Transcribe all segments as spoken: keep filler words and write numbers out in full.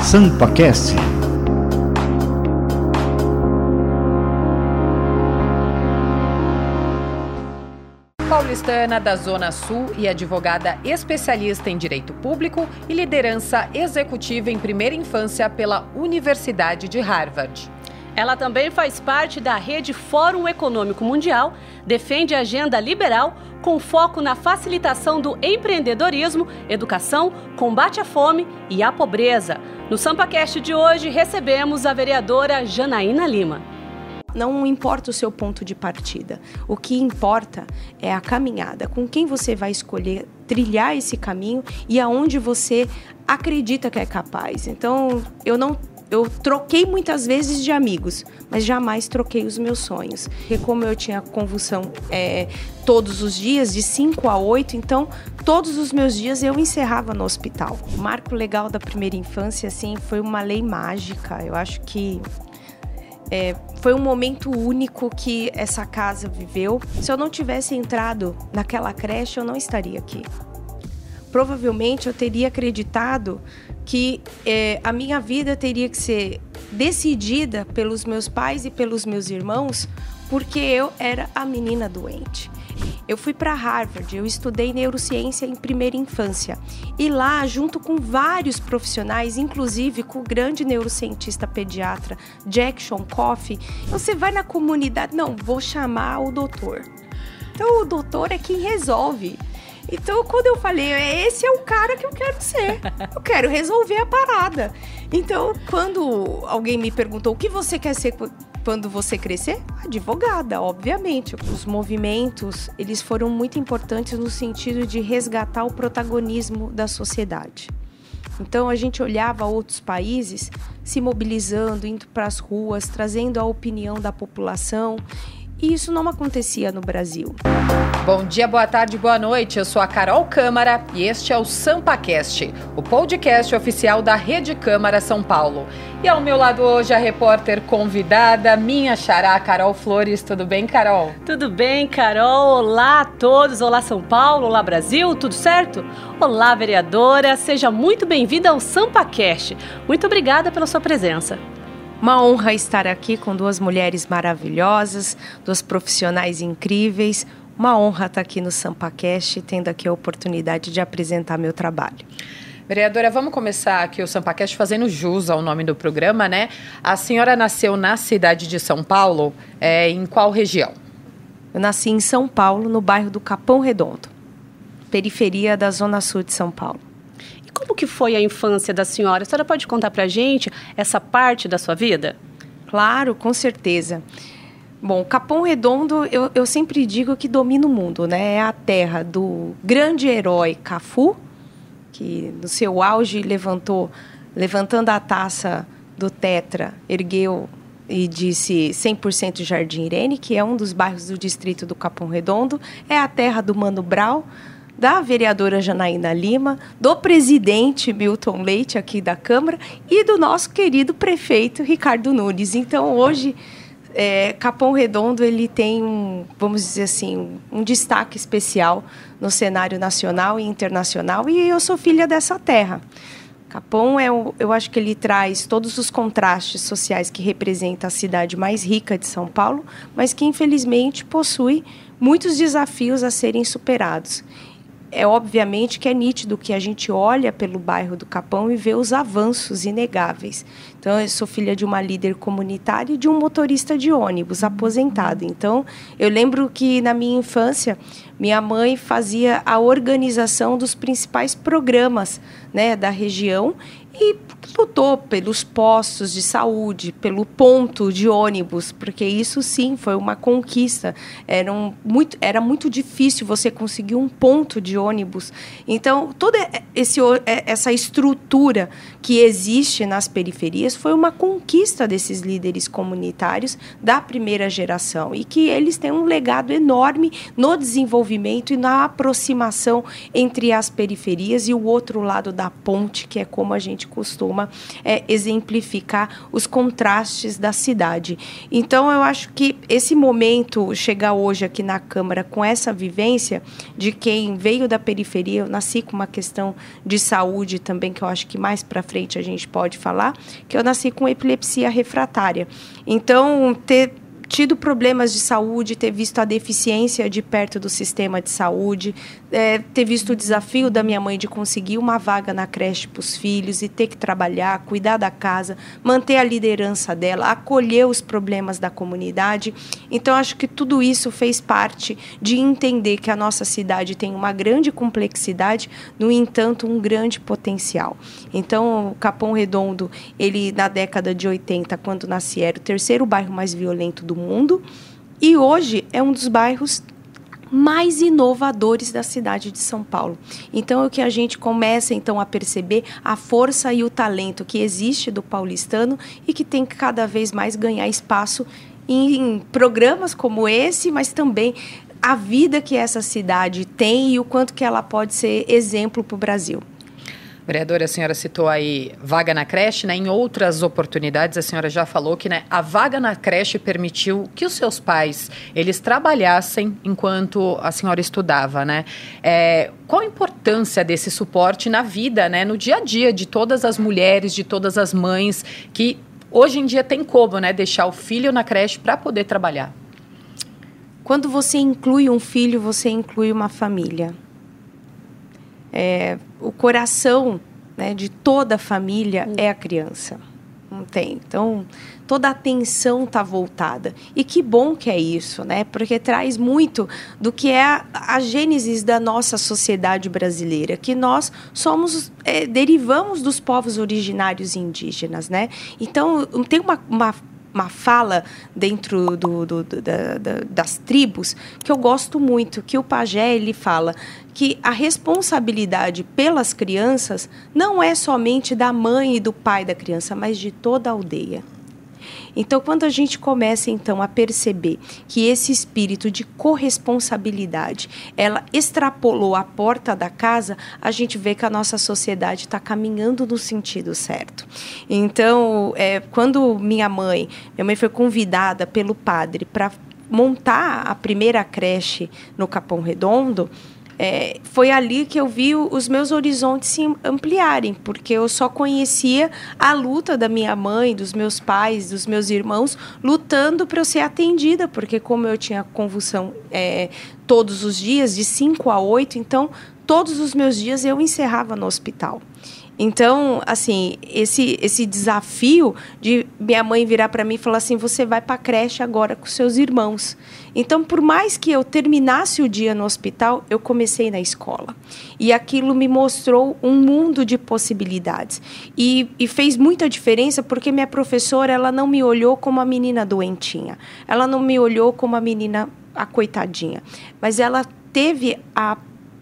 SampaCast. Paulistana da Zona Sul e advogada especialista em Direito Público e liderança executiva em primeira infância pela Universidade de Harvard. Ela também faz parte da rede Fórum Econômico Mundial, defende a agenda liberal com foco na facilitação do empreendedorismo, educação, combate à fome e à pobreza. No SampaCast de hoje recebemos a vereadora Janaína Lima. Não importa o seu ponto de partida, o que importa é a caminhada, com quem você vai escolher trilhar esse caminho e aonde você acredita que é capaz. Então, eu não Eu troquei muitas vezes de amigos, mas jamais troquei os meus sonhos. E como eu tinha convulsão é, todos os dias, de cinco a oito, então todos os meus dias eu encerrava no hospital. O marco legal da primeira infância, assim, foi uma lei mágica. Eu acho que é, foi um momento único que essa casa viveu. Se eu não tivesse entrado naquela creche, eu não estaria aqui. Provavelmente eu teria acreditado que é, a minha vida teria que ser decidida pelos meus pais e pelos meus irmãos, porque eu era a menina doente. Eu fui para Harvard, eu estudei neurociência em primeira infância. E lá, junto com vários profissionais, inclusive com o grande neurocientista pediatra Jackson Coffey, você vai na comunidade, não, vou chamar o doutor. Então, o doutor é quem resolve. Então, quando eu falei, esse é o cara que eu quero ser. Eu quero resolver a parada. Então, quando alguém me perguntou o que você quer ser quando você crescer, advogada, obviamente. Os movimentos, eles foram muito importantes no sentido de resgatar o protagonismo da sociedade. Então, a gente olhava outros países se mobilizando, indo para as ruas, trazendo a opinião da população. E isso não acontecia no Brasil. Bom dia, boa tarde, boa noite. Eu sou a Carol Câmara e este é o SampaCast, o podcast oficial da Rede Câmara São Paulo. E ao meu lado hoje a repórter convidada, minha xará, Carol Flores. Tudo bem, Carol? Tudo bem, Carol. Olá a todos. Olá, São Paulo. Olá, Brasil. Tudo certo? Olá, vereadora. Seja muito bem-vinda ao SampaCast. Muito obrigada pela sua presença. Uma honra estar aqui com duas mulheres maravilhosas, duas profissionais incríveis. Uma honra estar aqui no SampaCast, tendo aqui a oportunidade de apresentar meu trabalho. Vereadora, vamos começar aqui o SampaCast fazendo jus ao nome do programa, né? A senhora nasceu na cidade de São Paulo, é, em qual região? Eu nasci em São Paulo, no bairro do Capão Redondo, periferia da Zona Sul de São Paulo. Como que foi a infância da senhora? A senhora pode contar pra gente essa parte da sua vida? Claro, com certeza. Bom, Capão Redondo, eu, eu sempre digo que domina o mundo, né? É a terra do grande herói Cafu, que no seu auge levantou, levantando a taça do Tetra, ergueu e disse cem por cento Jardim Irene, que é um dos bairros do distrito do Capão Redondo. É a terra do Mano Brown, da vereadora Janaína Lima, do presidente Milton Leite, aqui da Câmara, e do nosso querido prefeito Ricardo Nunes. Então, hoje, é, Capão Redondo ele tem, um, vamos dizer assim, um, um destaque especial no cenário nacional e internacional, e eu sou filha dessa terra. Capão, é o, eu acho que ele traz todos os contrastes sociais que representa a cidade mais rica de São Paulo, mas que, infelizmente, possui muitos desafios a serem superados. É obviamente que é nítido que a gente olha pelo bairro do Capão e vê os avanços inegáveis. Então, eu sou filha de uma líder comunitária e de um motorista de ônibus aposentado. Então, eu lembro que na minha infância, minha mãe fazia a organização dos principais programas, né, da região e lutou pelos postos de saúde, pelo ponto de ônibus, porque isso sim foi uma conquista. Era, um, muito, era muito difícil você conseguir um ponto de ônibus. Então, toda esse, essa estrutura que existe nas periferias foi uma conquista desses líderes comunitários da primeira geração e que eles têm um legado enorme no desenvolvimento e na aproximação entre as periferias e o outro lado da ponte, que é como a gente gente costuma é, exemplificar os contrastes da cidade. Então, eu acho que esse momento, chegar hoje aqui na Câmara com essa vivência de quem veio da periferia, eu nasci com uma questão de saúde também, que eu acho que mais para frente a gente pode falar, que eu nasci com epilepsia refratária. Então, ter tido problemas de saúde, ter visto a deficiência de perto do sistema de saúde, é, ter visto o desafio da minha mãe de conseguir uma vaga na creche para os filhos e ter que trabalhar, cuidar da casa, manter a liderança dela, acolher os problemas da comunidade. Então, acho que tudo isso fez parte de entender que a nossa cidade tem uma grande complexidade, no entanto, um grande potencial. Então, o Capão Redondo, ele na década de oitenta, quando nasci, era o terceiro bairro mais violento do mundo, e hoje é um dos bairros mais inovadores da cidade de São Paulo. Então, é que a gente começa então a perceber a força e o talento que existe do paulistano e que tem que cada vez mais ganhar espaço em programas como esse, mas também a vida que essa cidade tem e o quanto que ela pode ser exemplo para o Brasil. Vereadora, a senhora citou aí vaga na creche, né? Em outras oportunidades a senhora já falou que, né, a vaga na creche permitiu que os seus pais, eles trabalhassem enquanto a senhora estudava, né? É, qual a importância desse suporte na vida, né, no dia a dia de todas as mulheres, de todas as mães que hoje em dia tem como, né, deixar o filho na creche para poder trabalhar? Quando você inclui um filho, você inclui uma família. É, o coração, né, de toda a família é a criança. Não tem. Então, toda a atenção está voltada. E que bom que é isso, né? Porque traz muito do que é a, a gênese da nossa sociedade brasileira, que nós somos, é, derivamos dos povos originários indígenas, né? Então, tem uma, uma uma fala dentro do, do, do, da, da, das tribos que eu gosto muito, que o pajé ele fala que a responsabilidade pelas crianças não é somente da mãe e do pai da criança, mas de toda a aldeia. Então, quando a gente começa, então, a perceber que esse espírito de corresponsabilidade, ela extrapolou a porta da casa, a gente vê que a nossa sociedade está caminhando no sentido certo. Então, é, quando minha mãe, minha mãe foi convidada pelo padre para montar a primeira creche no Capão Redondo, É, foi ali que eu vi os meus horizontes se ampliarem, porque eu só conhecia a luta da minha mãe, dos meus pais, dos meus irmãos, lutando para eu ser atendida, porque como eu tinha convulsão é, todos os dias, de cinco a oito, então todos os meus dias eu encerrava no hospital. Então, assim, esse, esse desafio de minha mãe virar para mim e falar assim, você vai para a creche agora com seus irmãos. Então, por mais que eu terminasse o dia no hospital, eu comecei na escola. E aquilo me mostrou um mundo de possibilidades. E, e fez muita diferença porque minha professora, ela não me olhou como a menina doentinha. Ela não me olhou como a menina, a coitadinha. Mas ela teve a...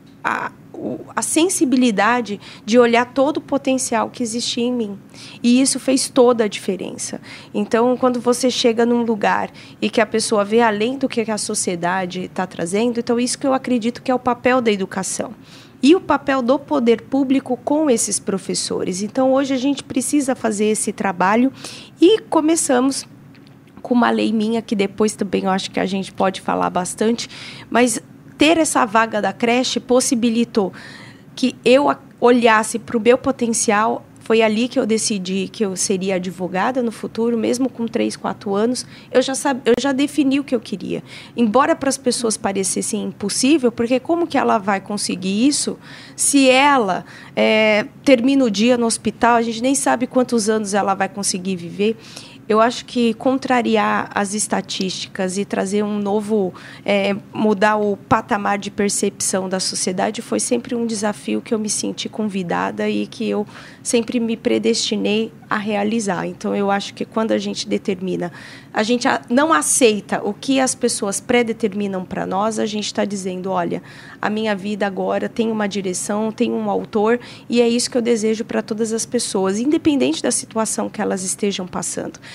a a sensibilidade de olhar todo o potencial que existia em mim. E isso fez toda a diferença. Então, quando você chega num lugar e que a pessoa vê além do que a sociedade está trazendo, então isso que eu acredito que é o papel da educação. E o papel do poder público com esses professores. Então, hoje a gente precisa fazer esse trabalho e começamos com uma lei minha, que depois também eu acho que a gente pode falar bastante, mas ter essa vaga da creche possibilitou que eu olhasse para o meu potencial. Foi ali que eu decidi que eu seria advogada no futuro, mesmo com três, quatro anos. Eu já, sabe, eu já defini o que eu queria. Embora para as pessoas parecesse impossível, porque como que ela vai conseguir isso se ela é, termina o dia no hospital, a gente nem sabe quantos anos ela vai conseguir viver. Eu acho que contrariar as estatísticas e trazer um novo, é, mudar o patamar de percepção da sociedade foi sempre um desafio que eu me senti convidada e que eu sempre me predestinei a realizar. Então, eu acho que quando a gente determina, a gente não aceita o que as pessoas predeterminam para nós, a gente está dizendo, olha, a minha vida agora tem uma direção, tem um autor, e é isso que eu desejo para todas as pessoas, independente da situação que elas estejam passando.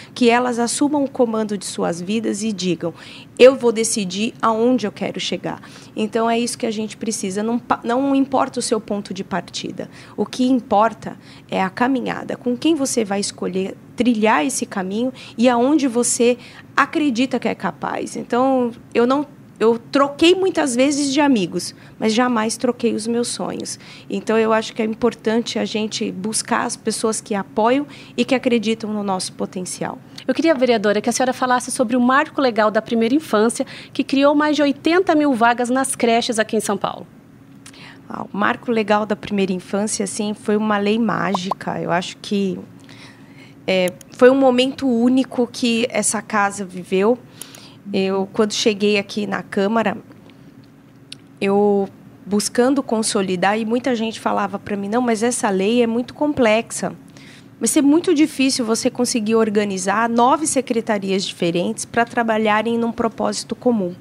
que elas assumam o comando de suas vidas e digam, eu vou decidir aonde eu quero chegar. Então, é isso que a gente precisa. Não, não importa o seu ponto de partida. O que importa é a caminhada. Com quem você vai escolher trilhar esse caminho e aonde você acredita que é capaz. Então, eu não... Eu troquei muitas vezes de amigos, mas jamais troquei os meus sonhos. Então, eu acho que é importante a gente buscar as pessoas que apoiam e que acreditam no nosso potencial. Eu queria, vereadora, que a senhora falasse sobre o Marco Legal da Primeira Infância, que criou mais de oitenta mil vagas nas creches aqui em São Paulo. Ah, o Marco Legal da Primeira Infância, assim, foi uma lei mágica. Eu acho que é, foi um momento único que essa casa viveu. Eu, quando cheguei aqui na Câmara, eu buscando consolidar, e muita gente falava para mim, não, mas essa lei é muito complexa. Vai ser muito difícil você conseguir organizar nove secretarias diferentes para trabalharem num propósito comum.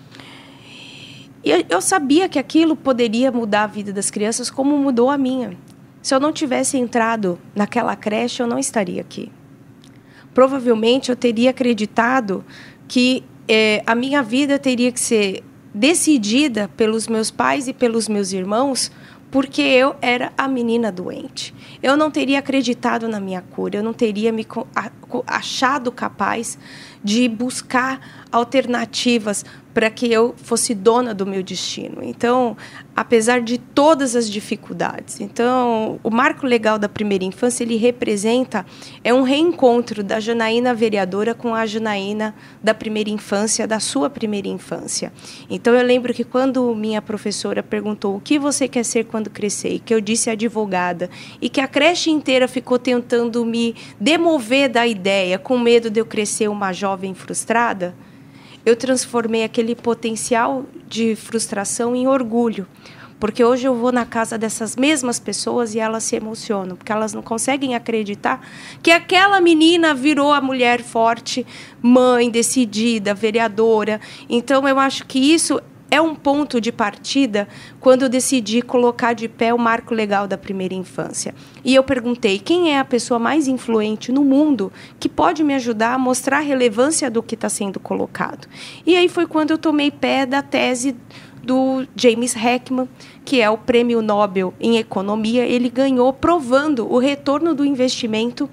E eu sabia que aquilo poderia mudar a vida das crianças como mudou a minha. Se eu não tivesse entrado naquela creche, eu não estaria aqui. Provavelmente eu teria acreditado que eh, a minha vida teria que ser decidida pelos meus pais e pelos meus irmãos, porque eu era a menina doente. Eu não teria acreditado na minha cura, eu não teria me achado capaz de buscar alternativas para que eu fosse dona do meu destino. Então, apesar de todas as dificuldades, então, o Marco Legal da Primeira Infância, ele representa, é um reencontro da Janaína vereadora com a Janaína da primeira infância, da sua primeira infância. Então, eu lembro que quando minha professora perguntou o que você quer ser quando crescer, e que eu disse advogada, e que a creche inteira ficou tentando me demover da ideia, com medo de eu crescer uma jovem frustrada, eu transformei aquele potencial de frustração em orgulho. Porque hoje eu vou na casa dessas mesmas pessoas e elas se emocionam, porque elas não conseguem acreditar que aquela menina virou a mulher forte, mãe, decidida, vereadora. Então, eu acho que isso é um ponto de partida quando eu decidi colocar de pé o Marco Legal da Primeira Infância. E eu perguntei, quem é a pessoa mais influente no mundo que pode me ajudar a mostrar a relevância do que está sendo colocado? E aí foi quando eu tomei pé da tese do James Heckman, que é o Prêmio Nobel em Economia. Ele ganhou provando o retorno do investimento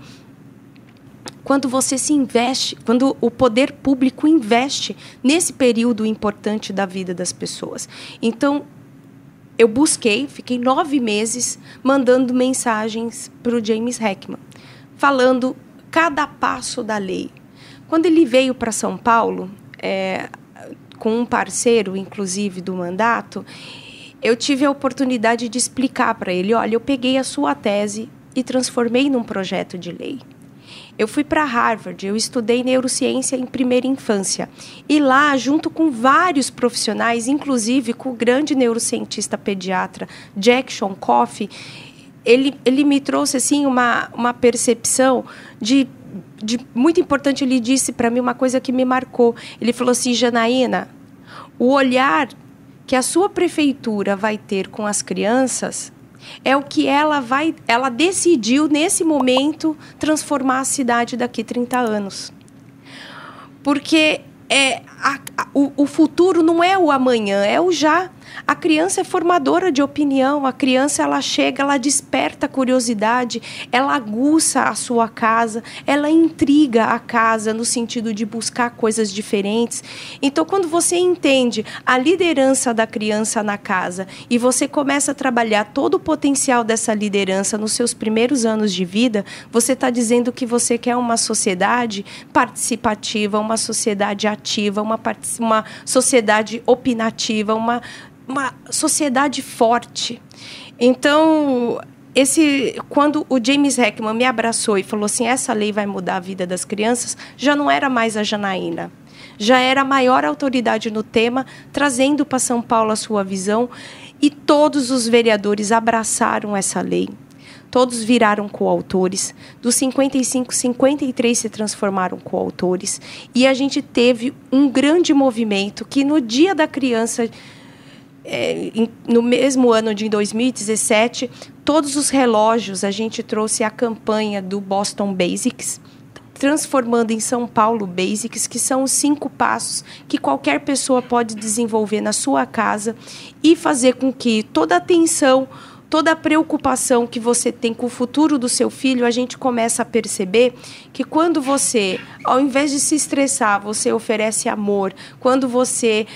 quando você se investe, quando o poder público investe nesse período importante da vida das pessoas. Então, eu busquei, fiquei nove meses mandando mensagens para o James Heckman, falando cada passo da lei. Quando ele veio para São Paulo, é, com um parceiro, inclusive, do mandato, eu tive a oportunidade de explicar para ele, olha, eu peguei a sua tese e transformei num projeto de lei. Eu fui para Harvard, eu estudei neurociência em primeira infância. E lá, junto com vários profissionais, inclusive com o grande neurocientista pediatra Jack Shonkoff, ele, ele me trouxe assim, uma, uma percepção de, de muito importante. Ele disse para mim uma coisa que me marcou. Ele falou assim, Janaína, o olhar que a sua prefeitura vai ter com as crianças é o que ela vai, ela decidiu nesse momento transformar a cidade daqui a trinta anos. Porque é, a, a, o, o futuro não é o amanhã, é o já. A criança é formadora de opinião, a criança ela chega, ela desperta a curiosidade, ela aguça a sua casa, ela intriga a casa no sentido de buscar coisas diferentes. Então, quando você entende a liderança da criança na casa e você começa a trabalhar todo o potencial dessa liderança nos seus primeiros anos de vida, você está dizendo que você quer uma sociedade participativa, uma sociedade ativa, uma, uma sociedade opinativa, uma uma sociedade forte. Então, esse, quando o James Heckman me abraçou e falou assim, essa lei vai mudar a vida das crianças, já não era mais a Janaína. Já era a maior autoridade no tema, trazendo para São Paulo a sua visão, e todos os vereadores abraçaram essa lei. Todos viraram coautores. Dos cinquenta e cinco, cinquenta e três se transformaram coautores. E a gente teve um grande movimento que, no Dia da Criança, É, no mesmo ano de dois mil e dezessete, todos os relógios, a gente trouxe a campanha do Boston Basics, transformando em São Paulo Basics, que são os cinco passos que qualquer pessoa pode desenvolver na sua casa e fazer com que toda a atenção, toda a preocupação que você tem com o futuro do seu filho, a gente começa a perceber que quando você, ao invés de se estressar, você oferece amor, quando você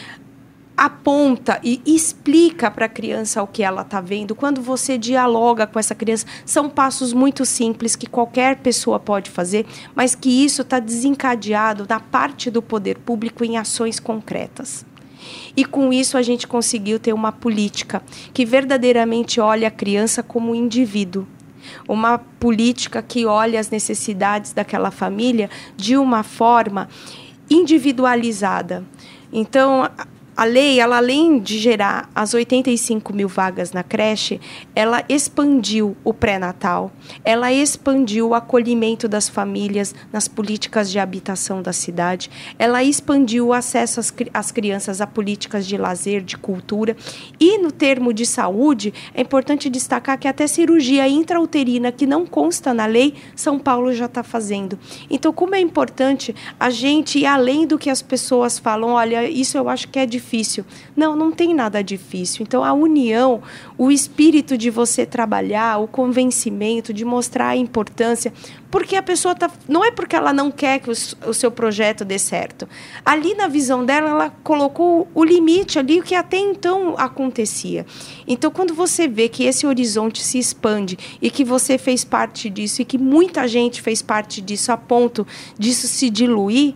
aponta e explica para a criança o que ela está vendo, quando você dialoga com essa criança, são passos muito simples que qualquer pessoa pode fazer, mas que isso está desencadeado na parte do poder público em ações concretas. E com isso a gente conseguiu ter uma política que verdadeiramente olha a criança como um indivíduo. Uma política que olha as necessidades daquela família de uma forma individualizada. Então, a lei, ela, além de gerar as oitenta e cinco mil vagas na creche, ela expandiu o pré-natal, ela expandiu o acolhimento das famílias nas políticas de habitação da cidade, ela expandiu o acesso às, às crianças a políticas de lazer, de cultura. E, no termo de saúde, é importante destacar que até cirurgia intrauterina, que não consta na lei, São Paulo já está fazendo. Então, como é importante a gente ir além do que as pessoas falam, olha, isso eu acho que é difícil. Difícil. Não, não tem nada difícil. Então, a união, o espírito de você trabalhar, o convencimento, de mostrar a importância, porque a pessoa tá, não é porque ela não quer que o, o seu projeto dê certo. Ali, na visão dela, ela colocou o limite ali, o que até então acontecia. Então, quando você vê que esse horizonte se expande e que você fez parte disso e que muita gente fez parte disso a ponto disso se diluir,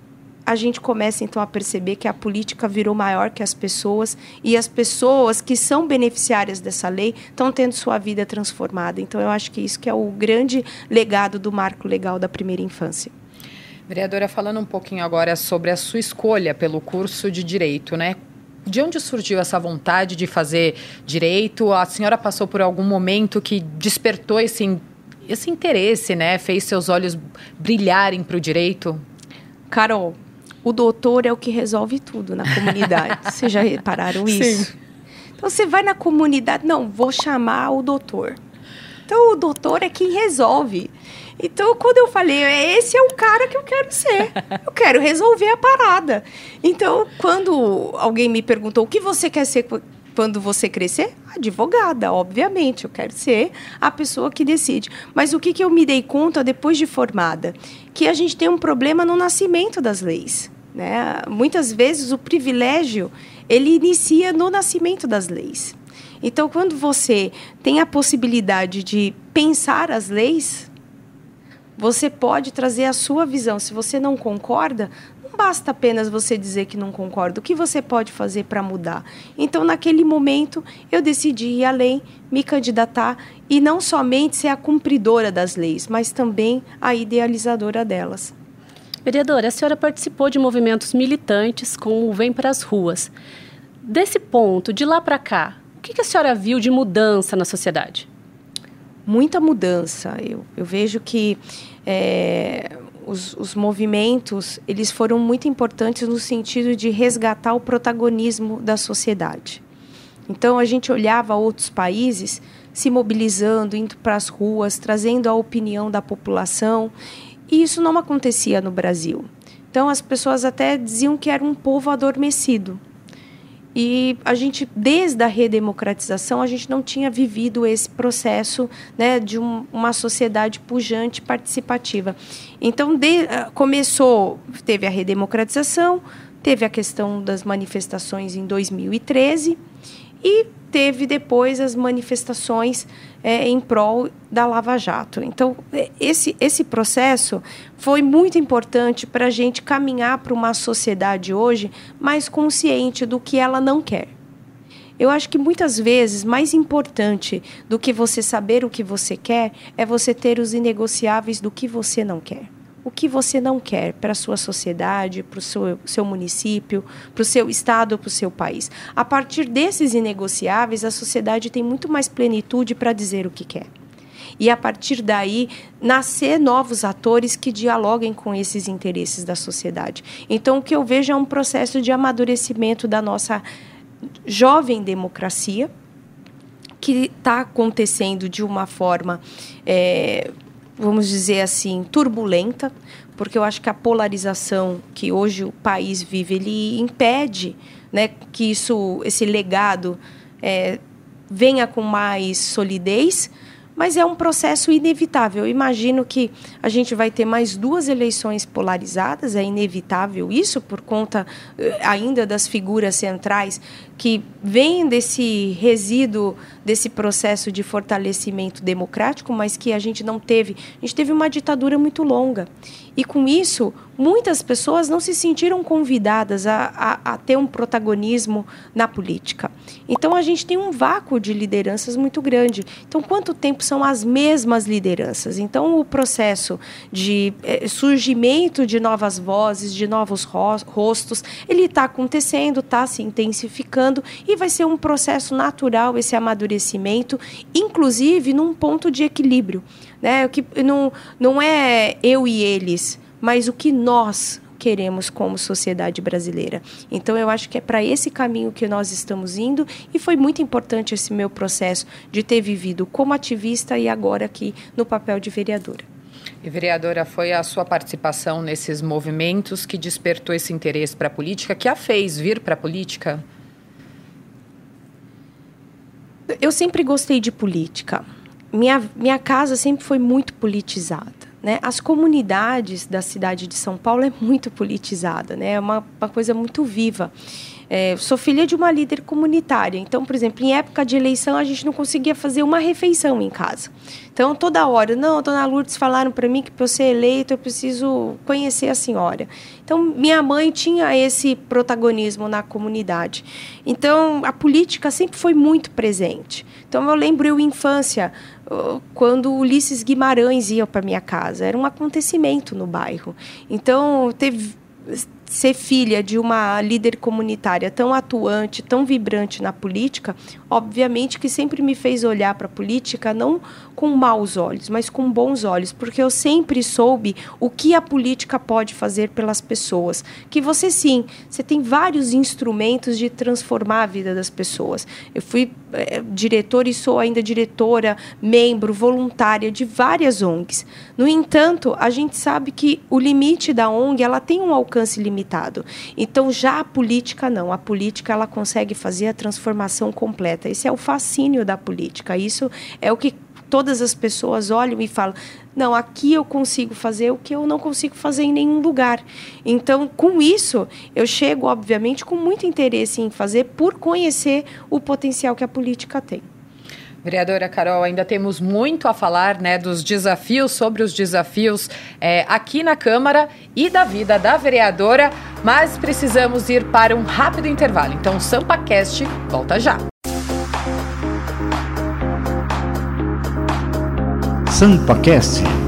a gente começa, então, a perceber que a política virou maior que as pessoas e as pessoas que são beneficiárias dessa lei estão tendo sua vida transformada. Então, eu acho que isso que é o grande legado do marco legal da primeira infância. Vereadora, falando um pouquinho agora sobre a sua escolha pelo curso de Direito, né? De onde surgiu essa vontade de fazer Direito? A senhora passou por algum momento que despertou esse, esse interesse, né? Fez seus olhos brilharem para o Direito? Carol, o doutor é o que resolve tudo na comunidade. Vocês já repararam isso? Sim. Então, você vai na comunidade, não, vou chamar o doutor. Então, o doutor é quem resolve. Então, quando eu falei, esse é o cara que eu quero ser. Eu quero resolver a parada. Então, quando alguém me perguntou, o que você quer ser quando você crescer? Advogada, obviamente. Eu quero ser a pessoa que decide. Mas o que, que eu me dei conta depois de formada? Que a gente tem um problema no nascimento das leis, né? Muitas vezes o privilégio, ele inicia no nascimento das leis. Então, quando você tem a possibilidade de pensar as leis, você pode trazer a sua visão. Se você não concorda, não basta apenas você dizer que não concorda. O que você pode fazer para mudar? Então, naquele momento, eu decidi ir além, me candidatar e não somente ser a cumpridora das leis, mas também a idealizadora delas. Vereadora, a senhora participou de movimentos militantes como o Vem para as Ruas. Desse ponto, de lá para cá, o que a senhora viu de mudança na sociedade? Muita mudança. Eu, eu vejo que é, os, os movimentos, eles foram muito importantes no sentido de resgatar o protagonismo da sociedade. Então, a gente olhava outros países se mobilizando, indo para as ruas, trazendo a opinião da população, e isso não acontecia no Brasil. Então, as pessoas até diziam que era um povo adormecido. E a gente, desde a redemocratização, a gente não tinha vivido esse processo, né, de um, uma sociedade pujante, participativa. Então, de, começou, teve a redemocratização, teve a questão das manifestações em dois mil e treze e teve depois as manifestações é, em prol da Lava Jato. Então, esse, esse processo foi muito importante para a gente caminhar para uma sociedade hoje mais consciente do que ela não quer. Eu acho que muitas vezes mais importante do que você saber o que você quer é você ter os inegociáveis do que você não quer. O que você não quer para a sua sociedade, para o seu, seu município, para o seu estado, para o seu país. A partir desses inegociáveis, a sociedade tem muito mais plenitude para dizer o que quer. E, a partir daí, nascer novos atores que dialoguem com esses interesses da sociedade. Então, o que eu vejo é um processo de amadurecimento da nossa jovem democracia, que está acontecendo de uma forma... É, vamos dizer assim, turbulenta, porque eu acho que a polarização que hoje o país vive, ele impede, né, que isso, esse legado é, venha com mais solidez, mas é um processo inevitável. Eu imagino que a gente vai ter mais duas eleições polarizadas, é inevitável isso, por conta ainda das figuras centrais que vêm desse resíduo, desse processo de fortalecimento democrático, mas que a gente não teve. A gente teve uma ditadura muito longa. E, com isso, muitas pessoas não se sentiram convidadas a, a, a ter um protagonismo na política. Então, a gente tem um vácuo de lideranças muito grande. Então, quanto tempo são as mesmas lideranças? Então, o processo de eh, surgimento de novas vozes, de novos rostos, ele está acontecendo, está se intensificando, e vai ser um processo natural esse amadurecimento, inclusive num ponto de equilíbrio, né? Que não, não é eu e eles, mas o que nós queremos como sociedade brasileira. Então, eu acho que é para esse caminho que nós estamos indo, e foi muito importante esse meu processo de ter vivido como ativista e agora aqui no papel de vereadora. E, vereadora, foi a sua participação nesses movimentos que despertou esse interesse para a política, que a fez vir para a política? Eu sempre gostei de política. Minha, minha casa sempre foi muito politizada, né? As comunidades da cidade de São Paulo é muito politizada, né? É uma, uma coisa muito viva. É, sou filha de uma líder comunitária. Então, por exemplo, em época de eleição, a gente não conseguia fazer uma refeição em casa. Então, toda hora, não, dona Lourdes, falaram para mim que para eu ser eleito eu preciso conhecer a senhora. Então, minha mãe tinha esse protagonismo na comunidade. Então, a política sempre foi muito presente. Então, eu lembro eu, infância, quando Ulisses Guimarães ia para minha casa. Era um acontecimento no bairro. Então, teve... ser filha de uma líder comunitária tão atuante, tão vibrante na política, obviamente que sempre me fez olhar para a política não com maus olhos, mas com bons olhos, porque eu sempre soube o que a política pode fazer pelas pessoas. Que você, sim, você tem vários instrumentos de transformar a vida das pessoas. Eu fui é, diretora e sou ainda diretora, membro, voluntária de várias O N Gs. No entanto, a gente sabe que o limite da O N G ela tem um alcance limitado. Então, já a política não. A política ela consegue fazer a transformação completa. Esse é o fascínio da política. Isso é o que todas as pessoas olham e falam, não, aqui eu consigo fazer o que eu não consigo fazer em nenhum lugar. Então, com isso, eu chego, obviamente, com muito interesse em fazer por conhecer o potencial que a política tem. Vereadora Carol, ainda temos muito a falar, né, dos desafios, sobre os desafios é, aqui na Câmara e da vida da vereadora, mas precisamos ir para um rápido intervalo. Então, o SampaCast volta já. SampaCast.